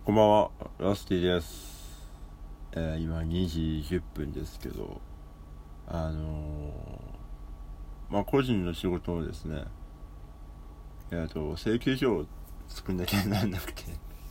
こんばんは、ラスティです。今2時10分ですけど、個人の仕事をですね、請求書を作んなきゃなんなくて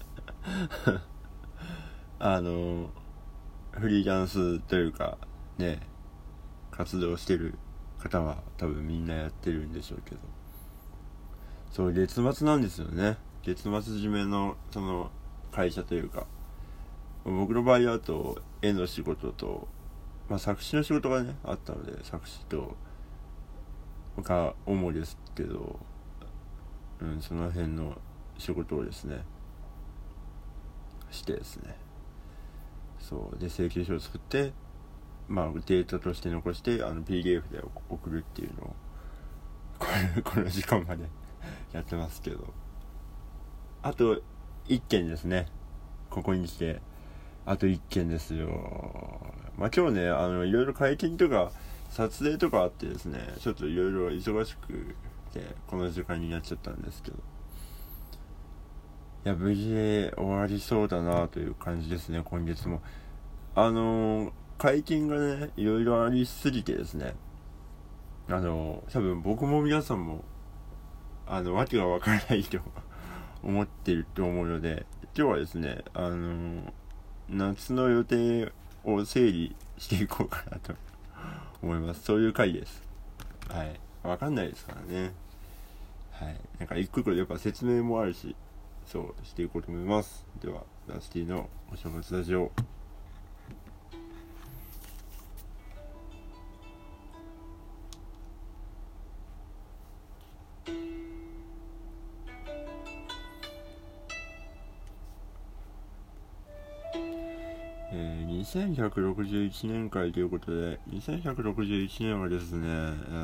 フリーランスというかね、活動してる方は多分みんなやってるんでしょうけど、そう月末なんですよね。月末締めのその会社というか、僕の場合だと絵の仕事と、作詞の仕事がねあったので、作詞とが主ですけど、その辺の仕事をですねしてですね、そうで請求書を作って、データとして残してPDF で送るっていうのをこの時間までやってますけど、あと1件ですね。ここに来てあと1件ですよ。今日ね、いろいろ会見とか撮影とかあってですね、ちょっといろいろ忙しくてこの時間になっちゃったんですけど、いや無事終わりそうだなという感じですね。今月も解禁がねいろいろありすぎてですね、多分僕も皆さんもわけがわからないと思ってると思うので、今日はですね夏の予定を整理していこうかなと思います。そういう回です。はい、わかんないですからね。はい、なんか一個一個やっぱ説明もあるし、そうしていこうと思います。ではラスティのお正月ラジオ。2161年会ということで、2161年はですね、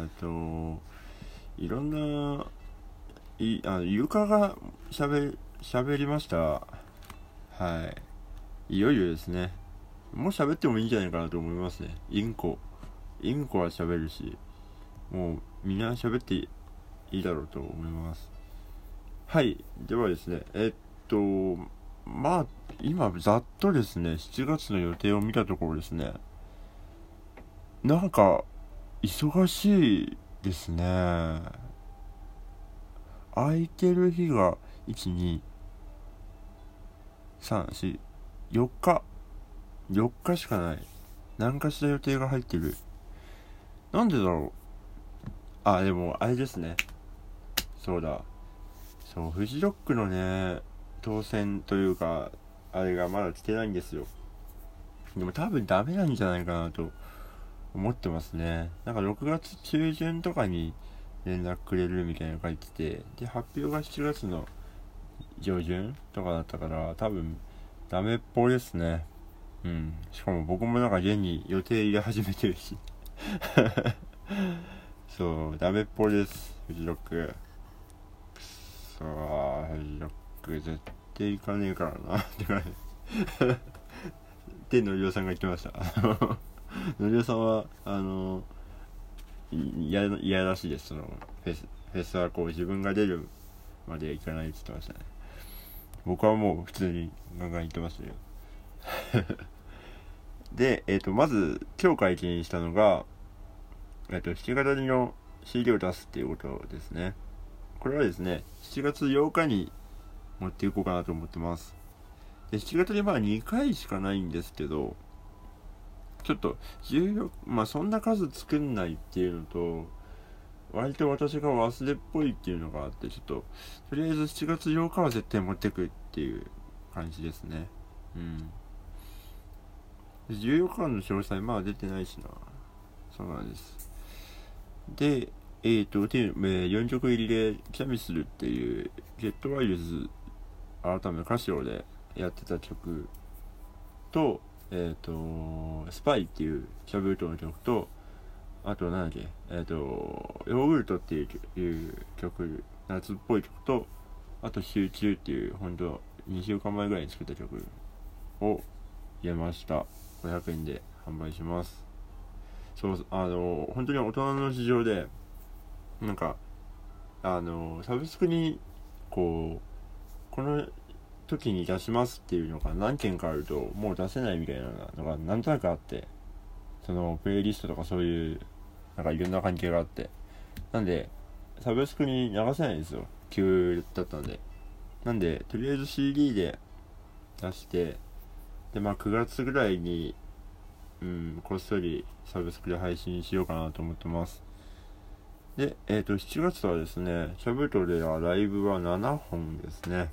いろんな床が喋りました。はい、いよいよですね。もう喋ってもいいんじゃないかなと思いますね。インコは喋るし、もうみんな喋っていいだろうと思います。はい、ではですね、今ざっとですね7月の予定を見たところですね、なんか忙しいですね。空いてる日が12344日しかない。何かしら予定が入ってる。なんでだろう。でもあれですね、フジロックのね当選というかあれがまだ来てないんですよ。でも多分ダメなんじゃないかなと思ってますね。なんか6月中旬とかに連絡くれるみたいなの書いてて、で発表が7月の上旬とかだったから、多分ダメっぽいですね。しかも僕もなんか現に予定入れ始めてるしそうダメっぽいです。フジロックフジロック絶対行かねえからなって感じでのりおさんが言ってましたのりおさんは嫌らしいです。そのフェスはこう自分が出るまで行かないって言ってましたね。僕はもう普通にガンガン行ってましたよで、まず今日解禁したのが、弾き語りの CD を出すっていうことですね。これはですね7月8日に持っていこうかなと思ってます。で弾き語り2回しかないんですけど、ちょっとそんな数作んないっていうのと、割と私が忘れっぽいっていうのがあって、ちょっととりあえず7月8日は絶対持ってくっていう感じですね。14日間の詳細出てないしな。そうなんです。で4曲入りでキャミスルっていうゲットワイルズ改めカシオでやってた曲と、スパイっていうシャブルトの曲と、あとなんだっけ、ヨーグルトっていう曲、夏っぽい曲と、あと集中っていう本当2週間前ぐらいに作った曲を入れました。500円で販売します。本当に大人の事情で、なんかサブスクにこの時に出しますっていうのが何件かあるともう出せないみたいなのがなんとなくあって、そのプレイリストとかそういうなんかいろんな関係があって、なんでサブスクに流せないんですよ、急だったんで。なんでとりあえず CD で出して、で9月ぐらいにこっそりサブスクで配信しようかなと思ってます。で7月はですね、シャブトではライブは7本ですね。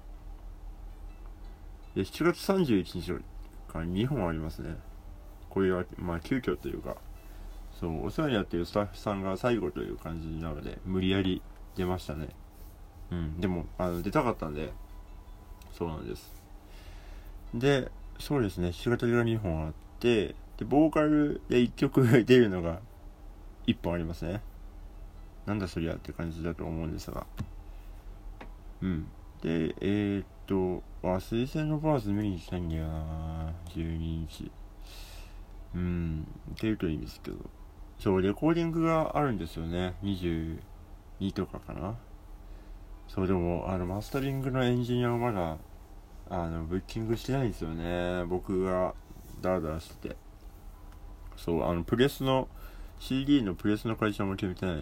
で7月31日から2本ありますね。これは急遽というか、そうお世話になっているスタッフさんが最後という感じなので無理やり出ましたね。でも出たかったんで、そうなんです。でそうですね、7月が2本あって、でボーカルで1曲出るのが1本ありますね。なんだそりゃって感じだと思うんですが、で水星のバース見に行きたいんだよな、12日。行けるといいんですけど、そうレコーディングがあるんですよね、22とかかな。そうでもマスタリングのエンジニアをまだブッキングしてないんですよね、僕がダラダラしてて。そうプレスの CD のプレスの会社も決めてないな。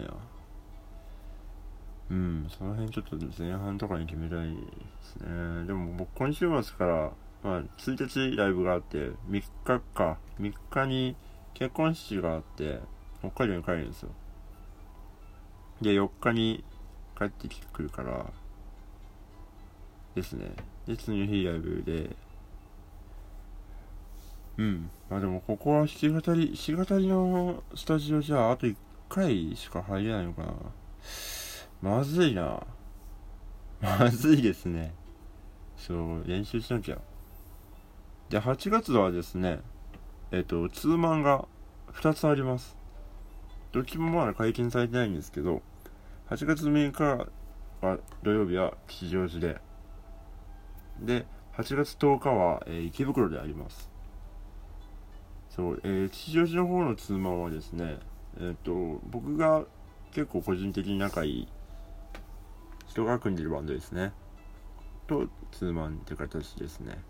その辺ちょっと前半とかに決めたいですね。でも僕今週末から1日ライブがあって、3日に結婚式があって北海道に帰るんですよ。で4日に帰ってくるからですね。で次の日ライブで、でもここは弾き語りのスタジオじゃあと1回しか入れないのかな。まずいな。まずいですね。そう練習しなきゃ。で8月はですね、ツーマンが2つあります。どっちもまだ解禁されてないんですけど、8月6日は土曜日は吉祥寺で、8月10日は、池袋であります。そう、吉祥寺の方のツーマンはですね、僕が結構個人的に仲いい人が組んでるバンドですね。とツーマンって形ですね。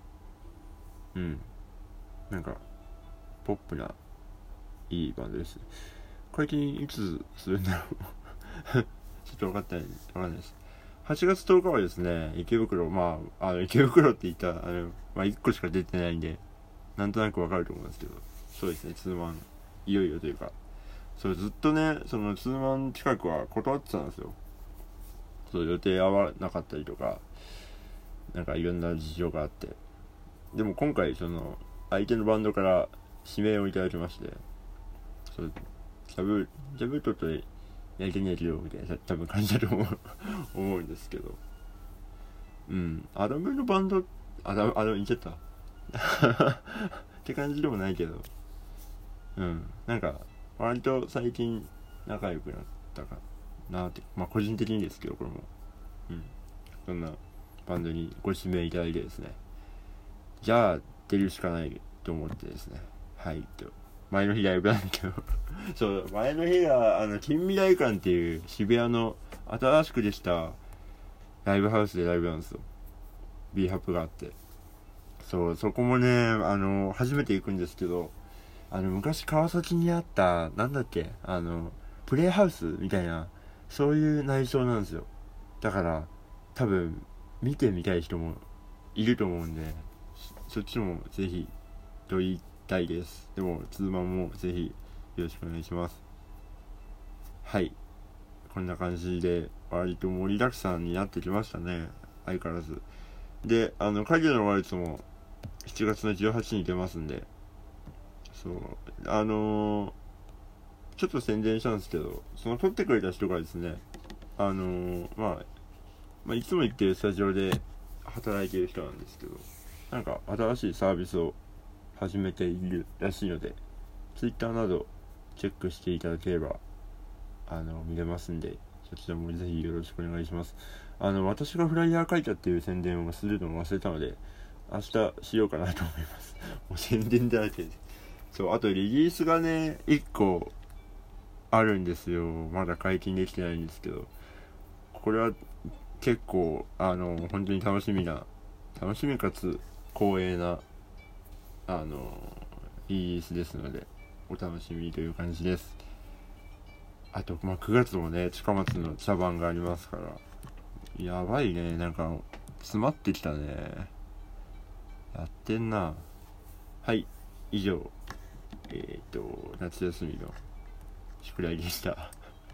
なんかポップないいバンドです。解禁いつするんだろうちょっと分かんないです。8月10日はですね、池袋、池袋って言ったら1個しか出てないんでなんとなく分かると思うんですけど、そうですね、ツーマンいよいよというか、それずっとね、そのツーマン近くは断ってたんですよ。そう予定合わなかったりとか、なんかいろんな事情があって、でも今回その相手のバンドから指名をいただきまして、そうジャブートとやりたいんだけどみたいな多分感じだと思うんですけど、アダムのバンド言っちゃったって感じでもないけど、なんか割と最近仲良くなったかなって、個人的にですけど、これもそんなバンドにご指名いただいてですね、じゃあ出るしかないと思ってですね、前の日ライブなんだけどそう前の日が近未来館っていう渋谷の新しくできたライブハウスでライブなんですよ。 B ハップがあって、そこもね初めて行くんですけど、昔川崎にあったなんだっけプレイハウスみたいな、そういう内装なんですよ。だから多分見てみたい人もいると思うんで、そっちもぜひと言いたいです。でもツーマンもぜひよろしくお願いします。こんな感じで割と盛りだくさんになってきましたね、相変わらず。で影のワルツも7月の18日に出ますんで、そうちょっと宣伝したんですけど、その撮ってくれた人がですね、いつも行ってるスタジオで働いている人なんですけど、なんか新しいサービスを始めているらしいので、Twitter などチェックしていただければ見れますんで、そちらもぜひよろしくお願いします。私がフライヤー書いたっていう宣伝をするのを忘れたので、明日しようかなと思いますもう宣伝だらけで。あとリリースがね1個あるんですよ。まだ解禁できてないんですけど、これは結構本当に楽しみな楽しみかつ光栄なリリースですので、お楽しみという感じです。あと、9月もね、近松の茶番がありますから、やばいね、なんか詰まってきたね。やってんな。はい、以上夏休みの宿題でした。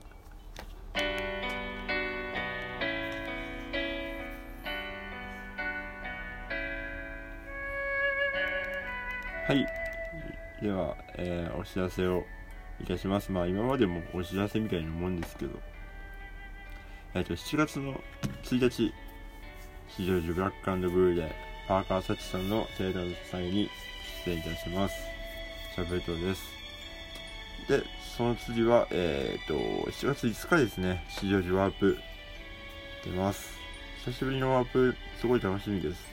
はい、では、お知らせをいたします。今までもお知らせみたいなもんですけど、7月の1日、非常時ブラック&ブルーでパーカーサチさんの生誕祭に出演いたします。シャープレットです。で、その次は、7月5日ですね、非常時ワープ出ます。久しぶりのワープ、すごい楽しみです。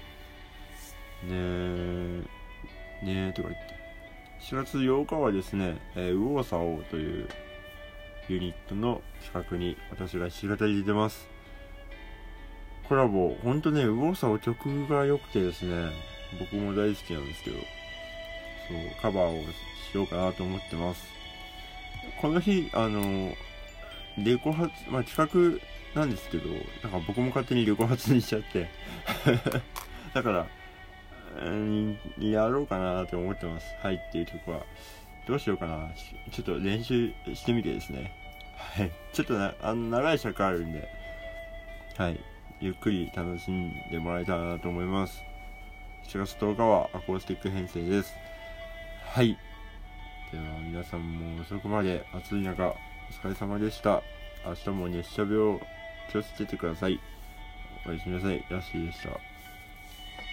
ねえとか言って。4月8日はですね、右往左往というユニットの企画に私が弾き語りで出ます。コラボ、ほんとね、右往左往曲が良くてですね、僕も大好きなんですけど、そう、カバーをしようかなと思ってます。この日、レコ発、企画なんですけど、なんか僕も勝手にレコ発にしちゃってだから、やろうかなと思ってます。はいっていう曲は。どうしようかな。ちょっと練習してみてですね。はい。ちょっと長い尺あるんで、はい。ゆっくり楽しんでもらえたらなと思います。7月10日はアコースティック編成です。はい。では皆さんも遅くまで暑い中、お疲れ様でした。明日も熱射病気をつけてください。おやすみなさい。ラッシーでした。